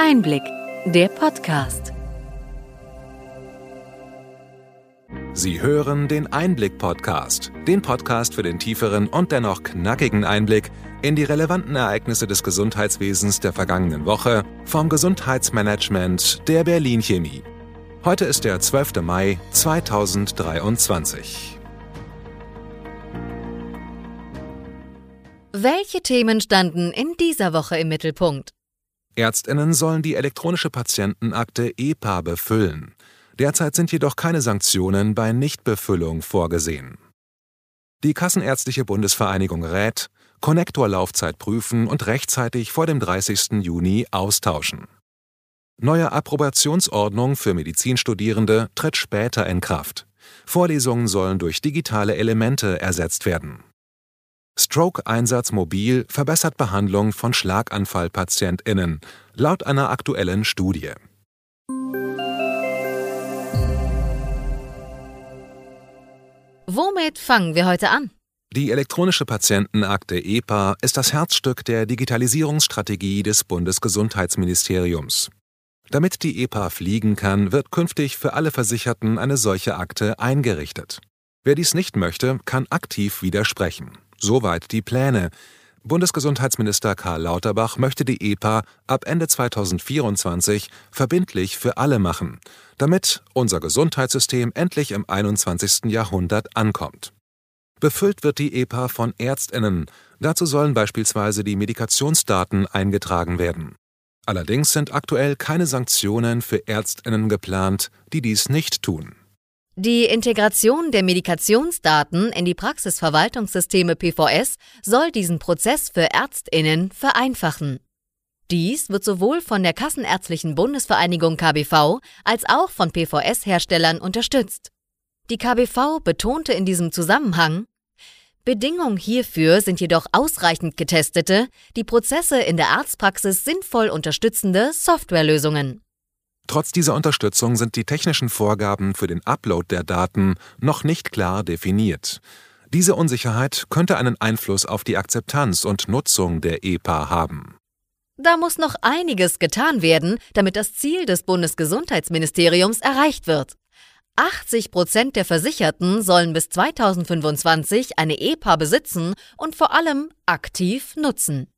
Einblick, der Podcast. Sie hören den Einblick-Podcast, den Podcast für den tieferen und dennoch knackigen Einblick in die relevanten Ereignisse des Gesundheitswesens der vergangenen Woche vom Gesundheitsmanagement der Berlin Chemie. Heute ist der 12. Mai 2023. Welche Themen standen in dieser Woche im Mittelpunkt? ÄrztInnen sollen die elektronische Patientenakte EPA befüllen. Derzeit sind jedoch keine Sanktionen bei Nichtbefüllung vorgesehen. Die Kassenärztliche Bundesvereinigung rät, Konnektorlaufzeit prüfen und rechtzeitig vor dem 30. Juni austauschen. Neue Approbationsordnung für Medizinstudierende tritt später in Kraft. Vorlesungen sollen durch digitale Elemente ersetzt werden. Stroke-Einsatz mobil verbessert Behandlung von Schlaganfallpatientinnen, laut einer aktuellen Studie. Womit fangen wir heute an? Die elektronische Patientenakte EPA ist das Herzstück der Digitalisierungsstrategie des Bundesgesundheitsministeriums. Damit die EPA fliegen kann, wird künftig für alle Versicherten eine solche Akte eingerichtet. Wer dies nicht möchte, kann aktiv widersprechen. Soweit die Pläne. Bundesgesundheitsminister Karl Lauterbach möchte die EPA ab Ende 2024 verbindlich für alle machen, damit unser Gesundheitssystem endlich im 21. Jahrhundert ankommt. Befüllt wird die EPA von ÄrztInnen. Dazu sollen beispielsweise die Medikationsdaten eingetragen werden. Allerdings sind aktuell keine Sanktionen für ÄrztInnen geplant, die dies nicht tun. Die Integration der Medikationsdaten in die Praxisverwaltungssysteme PVS soll diesen Prozess für ÄrztInnen vereinfachen. Dies wird sowohl von der Kassenärztlichen Bundesvereinigung KBV als auch von PVS-Herstellern unterstützt. Die KBV betonte in diesem Zusammenhang: Bedingung hierfür sind jedoch ausreichend getestete, die Prozesse in der Arztpraxis sinnvoll unterstützende Softwarelösungen. Trotz dieser Unterstützung sind die technischen Vorgaben für den Upload der Daten noch nicht klar definiert. Diese Unsicherheit könnte einen Einfluss auf die Akzeptanz und Nutzung der EPA haben. Da muss noch einiges getan werden, damit das Ziel des Bundesgesundheitsministeriums erreicht wird. 80% der Versicherten sollen bis 2025 eine EPA besitzen und vor allem aktiv nutzen.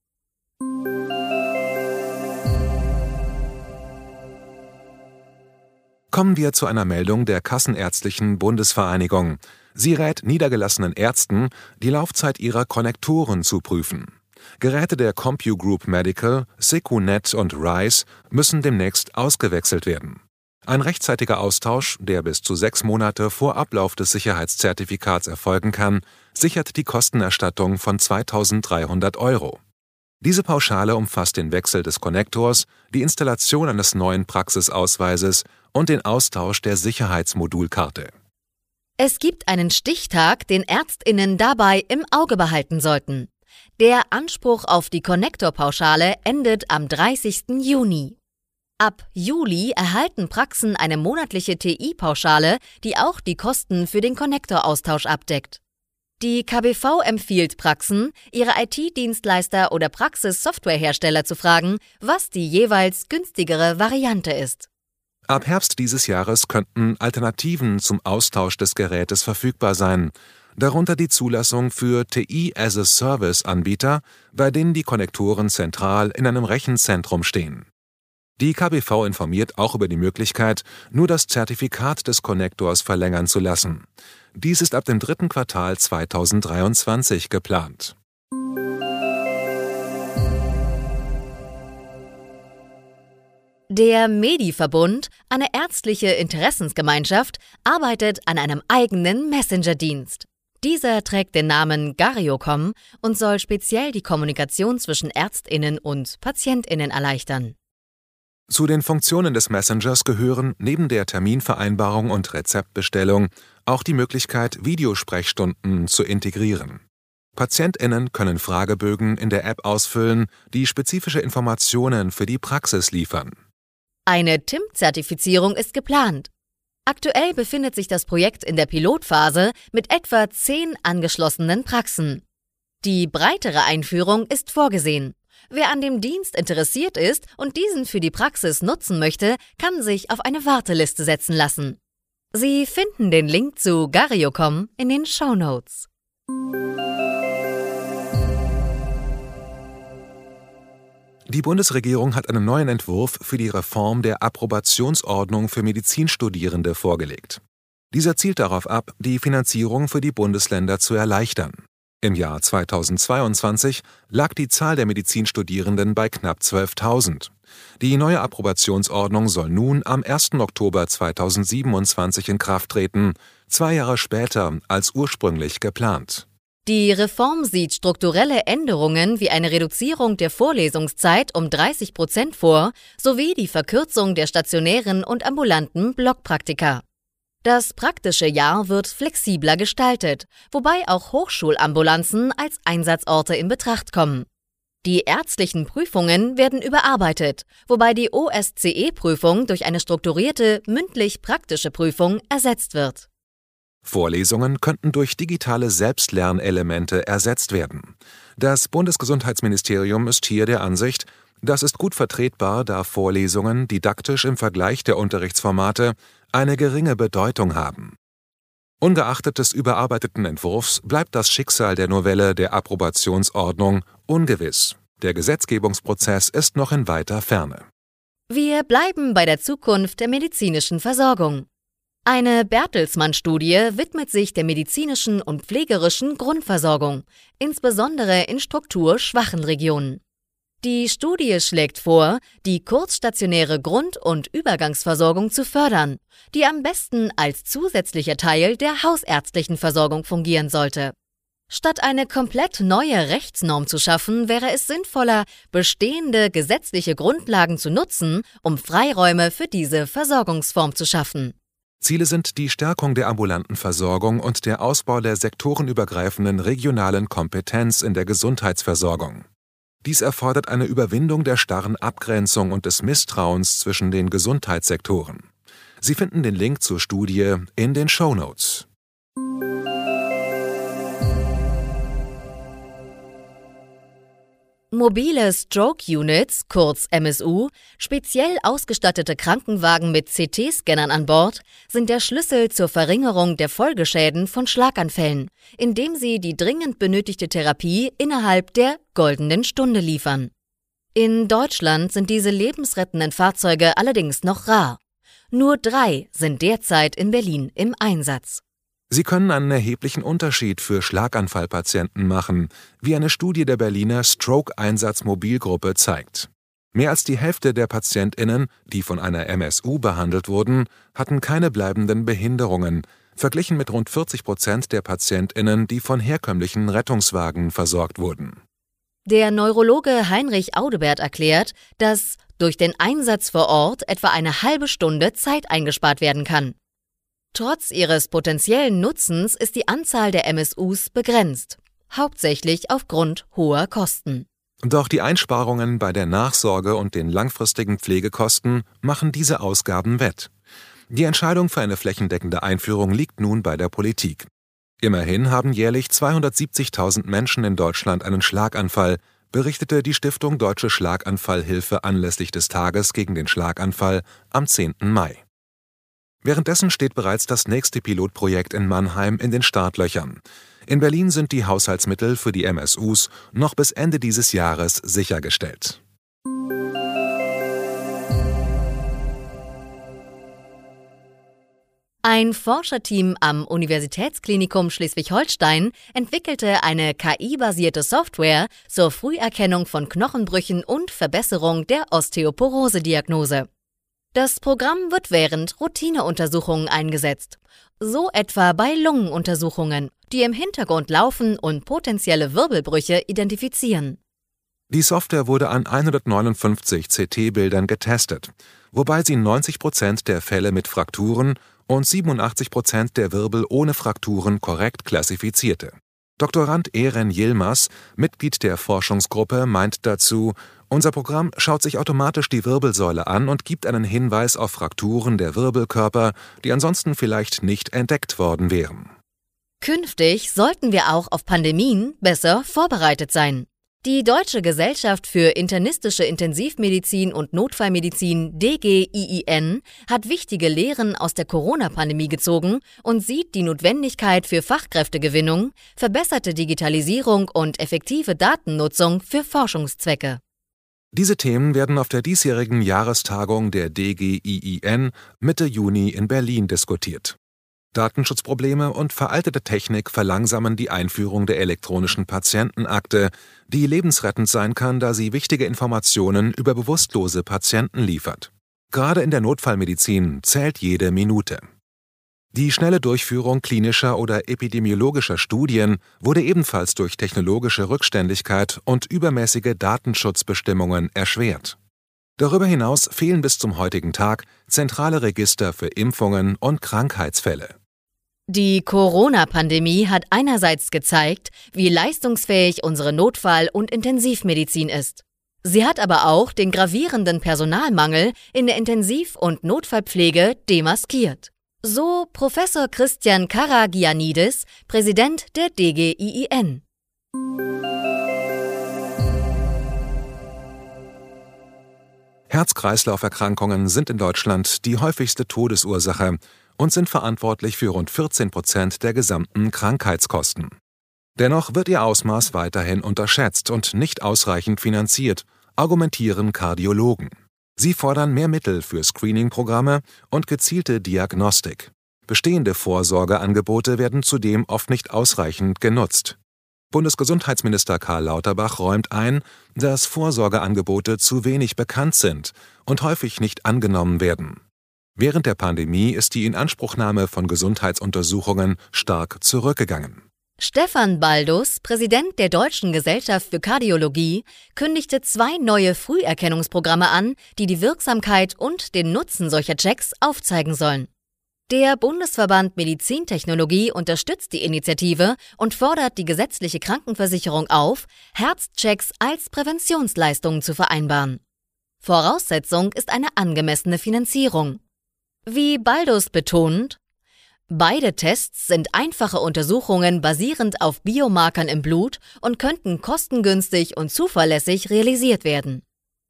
Kommen wir zu einer Meldung der Kassenärztlichen Bundesvereinigung. Sie rät niedergelassenen Ärzten, die Laufzeit ihrer Konnektoren zu prüfen. Geräte der CompuGroup Medical, secunet und RISE müssen demnächst ausgewechselt werden. Ein rechtzeitiger Austausch, der bis zu 6 Monate vor Ablauf des Sicherheitszertifikats erfolgen kann, sichert die Kostenerstattung von 2.300 €. Diese Pauschale umfasst den Wechsel des Konnektors, die Installation eines neuen Praxisausweises und den Austausch der Sicherheitsmodulkarte. Es gibt einen Stichtag, den ÄrztInnen dabei im Auge behalten sollten. Der Anspruch auf die Konnektorpauschale endet am 30. Juni. Ab Juli erhalten Praxen eine monatliche TI-Pauschale, die auch die Kosten für den Konnektoraustausch abdeckt. Die KBV empfiehlt Praxen, ihre IT-Dienstleister oder Praxissoftwarehersteller zu fragen, was die jeweils günstigere Variante ist. Ab Herbst dieses Jahres könnten Alternativen zum Austausch des Gerätes verfügbar sein, darunter die Zulassung für TI-as-a-Service-Anbieter, bei denen die Konnektoren zentral in einem Rechenzentrum stehen. Die KBV informiert auch über die Möglichkeit, nur das Zertifikat des Konnektors verlängern zu lassen. Dies ist ab dem 3. Quartal 2023 geplant. Der MEDI-Verbund, eine ärztliche Interessensgemeinschaft, arbeitet an einem eigenen Messenger-Dienst. Dieser trägt den Namen Gariocom und soll speziell die Kommunikation zwischen ÄrztInnen und PatientInnen erleichtern. Zu den Funktionen des Messengers gehören neben der Terminvereinbarung und Rezeptbestellung auch die Möglichkeit, Videosprechstunden zu integrieren. PatientInnen können Fragebögen in der App ausfüllen, die spezifische Informationen für die Praxis liefern. Eine TIM-Zertifizierung ist geplant. Aktuell befindet sich das Projekt in der Pilotphase mit etwa 10 angeschlossenen Praxen. Die breitere Einführung ist vorgesehen. Wer an dem Dienst interessiert ist und diesen für die Praxis nutzen möchte, kann sich auf eine Warteliste setzen lassen. Sie finden den Link zu Gariocom in den Shownotes. Die Bundesregierung hat einen neuen Entwurf für die Reform der Approbationsordnung für Medizinstudierende vorgelegt. Dieser zielt darauf ab, die Finanzierung für die Bundesländer zu erleichtern. Im Jahr 2022 lag die Zahl der Medizinstudierenden bei knapp 12.000. Die neue Approbationsordnung soll nun am 1. Oktober 2027 in Kraft treten, 2 Jahre später als ursprünglich geplant. Die Reform sieht strukturelle Änderungen wie eine Reduzierung der Vorlesungszeit um 30% vor, sowie die Verkürzung der stationären und ambulanten Blockpraktika. Das praktische Jahr wird flexibler gestaltet, wobei auch Hochschulambulanzen als Einsatzorte in Betracht kommen. Die ärztlichen Prüfungen werden überarbeitet, wobei die OSCE-Prüfung durch eine strukturierte, mündlich-praktische Prüfung ersetzt wird. Vorlesungen könnten durch digitale Selbstlernelemente ersetzt werden. Das Bundesgesundheitsministerium ist hier der Ansicht, das ist gut vertretbar, da Vorlesungen didaktisch im Vergleich der Unterrichtsformate eine geringe Bedeutung haben. Ungeachtet des überarbeiteten Entwurfs bleibt das Schicksal der Novelle der Approbationsordnung ungewiss. Der Gesetzgebungsprozess ist noch in weiter Ferne. Wir bleiben bei der Zukunft der medizinischen Versorgung. Eine Bertelsmann-Studie widmet sich der medizinischen und pflegerischen Grundversorgung, insbesondere in strukturschwachen Regionen. Die Studie schlägt vor, die kurzstationäre Grund- und Übergangsversorgung zu fördern, die am besten als zusätzlicher Teil der hausärztlichen Versorgung fungieren sollte. Statt eine komplett neue Rechtsnorm zu schaffen, wäre es sinnvoller, bestehende gesetzliche Grundlagen zu nutzen, um Freiräume für diese Versorgungsform zu schaffen. Ziele sind die Stärkung der ambulanten Versorgung und der Ausbau der sektorenübergreifenden regionalen Kompetenz in der Gesundheitsversorgung. Dies erfordert eine Überwindung der starren Abgrenzung und des Misstrauens zwischen den Gesundheitssektoren. Sie finden den Link zur Studie in den Shownotes. Mobile Stroke Units, kurz MSU, speziell ausgestattete Krankenwagen mit CT-Scannern an Bord, sind der Schlüssel zur Verringerung der Folgeschäden von Schlaganfällen, indem sie die dringend benötigte Therapie innerhalb der goldenen Stunde liefern. In Deutschland sind diese lebensrettenden Fahrzeuge allerdings noch rar. Nur 3 sind derzeit in Berlin im Einsatz. Sie können einen erheblichen Unterschied für Schlaganfallpatienten machen, wie eine Studie der Berliner Stroke-Einsatz-Mobilgruppe zeigt. Mehr als die Hälfte der PatientInnen, die von einer MSU behandelt wurden, hatten keine bleibenden Behinderungen, verglichen mit rund 40% der PatientInnen, die von herkömmlichen Rettungswagen versorgt wurden. Der Neurologe Heinrich Audebert erklärt, dass durch den Einsatz vor Ort etwa eine halbe Stunde Zeit eingespart werden kann. Trotz ihres potenziellen Nutzens ist die Anzahl der MSUs begrenzt, hauptsächlich aufgrund hoher Kosten. Doch die Einsparungen bei der Nachsorge und den langfristigen Pflegekosten machen diese Ausgaben wett. Die Entscheidung für eine flächendeckende Einführung liegt nun bei der Politik. Immerhin haben jährlich 270.000 Menschen in Deutschland einen Schlaganfall, berichtete die Stiftung Deutsche Schlaganfallhilfe anlässlich des Tages gegen den Schlaganfall am 10. Mai. Währenddessen steht bereits das nächste Pilotprojekt in Mannheim in den Startlöchern. In Berlin sind die Haushaltsmittel für die MSUs noch bis Ende dieses Jahres sichergestellt. Ein Forscherteam am Universitätsklinikum Schleswig-Holstein entwickelte eine KI-basierte Software zur Früherkennung von Knochenbrüchen und Verbesserung der Osteoporose-Diagnose. Das Programm wird während Routineuntersuchungen eingesetzt, so etwa bei Lungenuntersuchungen, die im Hintergrund laufen und potenzielle Wirbelbrüche identifizieren. Die Software wurde an 159 CT-Bildern getestet, wobei sie 90% der Fälle mit Frakturen und 87% der Wirbel ohne Frakturen korrekt klassifizierte. Doktorand Eren Yilmaz, Mitglied der Forschungsgruppe, meint dazu, unser Programm schaut sich automatisch die Wirbelsäule an und gibt einen Hinweis auf Frakturen der Wirbelkörper, die ansonsten vielleicht nicht entdeckt worden wären. Künftig sollten wir auch auf Pandemien besser vorbereitet sein. Die Deutsche Gesellschaft für internistische Intensivmedizin und Notfallmedizin DGIIN hat wichtige Lehren aus der Corona-Pandemie gezogen und sieht die Notwendigkeit für Fachkräftegewinnung, verbesserte Digitalisierung und effektive Datennutzung für Forschungszwecke. Diese Themen werden auf der diesjährigen Jahrestagung der DGIIN Mitte Juni in Berlin diskutiert. Datenschutzprobleme und veraltete Technik verlangsamen die Einführung der elektronischen Patientenakte, die lebensrettend sein kann, da sie wichtige Informationen über bewusstlose Patienten liefert. Gerade in der Notfallmedizin zählt jede Minute. Die schnelle Durchführung klinischer oder epidemiologischer Studien wurde ebenfalls durch technologische Rückständigkeit und übermäßige Datenschutzbestimmungen erschwert. Darüber hinaus fehlen bis zum heutigen Tag zentrale Register für Impfungen und Krankheitsfälle. Die Corona-Pandemie hat einerseits gezeigt, wie leistungsfähig unsere Notfall- und Intensivmedizin ist. Sie hat aber auch den gravierenden Personalmangel in der Intensiv- und Notfallpflege demaskiert. So Professor Christian Karagianidis, Präsident der DGIIN. Herz-Kreislauf-Erkrankungen sind in Deutschland die häufigste Todesursache und sind verantwortlich für rund 14% der gesamten Krankheitskosten. Dennoch wird ihr Ausmaß weiterhin unterschätzt und nicht ausreichend finanziert, argumentieren Kardiologen. Sie fordern mehr Mittel für Screening-Programme und gezielte Diagnostik. Bestehende Vorsorgeangebote werden zudem oft nicht ausreichend genutzt. Bundesgesundheitsminister Karl Lauterbach räumt ein, dass Vorsorgeangebote zu wenig bekannt sind und häufig nicht angenommen werden. Während der Pandemie ist die Inanspruchnahme von Gesundheitsuntersuchungen stark zurückgegangen. Stefan Baldus, Präsident der Deutschen Gesellschaft für Kardiologie, kündigte 2 neue Früherkennungsprogramme an, die die Wirksamkeit und den Nutzen solcher Checks aufzeigen sollen. Der Bundesverband Medizintechnologie unterstützt die Initiative und fordert die gesetzliche Krankenversicherung auf, Herzchecks als Präventionsleistungen zu vereinbaren. Voraussetzung ist eine angemessene Finanzierung. Wie Baldus betont, beide Tests sind einfache Untersuchungen basierend auf Biomarkern im Blut und könnten kostengünstig und zuverlässig realisiert werden.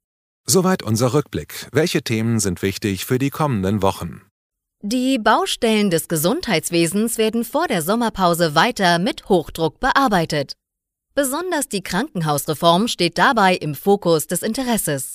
Soweit unser Rückblick. Welche Themen sind wichtig für die kommenden Wochen? Die Baustellen des Gesundheitswesens werden vor der Sommerpause weiter mit Hochdruck bearbeitet. Besonders die Krankenhausreform steht dabei im Fokus des Interesses.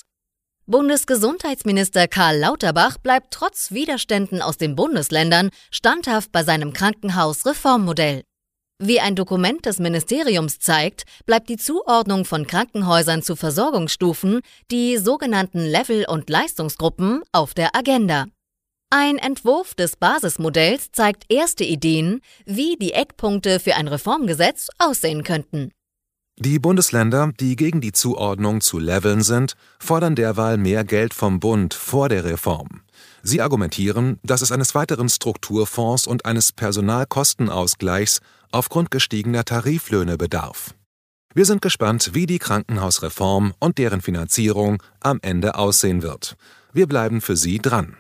Bundesgesundheitsminister Karl Lauterbach bleibt trotz Widerständen aus den Bundesländern standhaft bei seinem Krankenhausreformmodell. Wie ein Dokument des Ministeriums zeigt, bleibt die Zuordnung von Krankenhäusern zu Versorgungsstufen, die sogenannten Level- und Leistungsgruppen, auf der Agenda. Ein Entwurf des Basismodells zeigt erste Ideen, wie die Eckpunkte für ein Reformgesetz aussehen könnten. Die Bundesländer, die gegen die Zuordnung zu Leveln sind, fordern derweil mehr Geld vom Bund vor der Reform. Sie argumentieren, dass es eines weiteren Strukturfonds und eines Personalkostenausgleichs aufgrund gestiegener Tariflöhne bedarf. Wir sind gespannt, wie die Krankenhausreform und deren Finanzierung am Ende aussehen wird. Wir bleiben für Sie dran.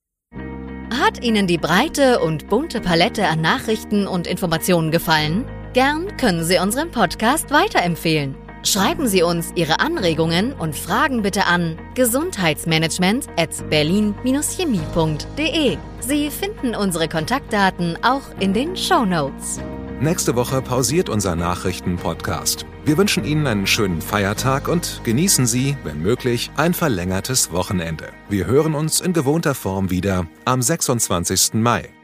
Hat Ihnen die breite und bunte Palette an Nachrichten und Informationen gefallen? Gern können Sie unseren Podcast weiterempfehlen. Schreiben Sie uns Ihre Anregungen und Fragen bitte an gesundheitsmanagement@berlin-chemie.de. Sie finden unsere Kontaktdaten auch in den Shownotes. Nächste Woche pausiert unser Nachrichten-Podcast. Wir wünschen Ihnen einen schönen Feiertag und genießen Sie, wenn möglich, ein verlängertes Wochenende. Wir hören uns in gewohnter Form wieder am 26. Mai.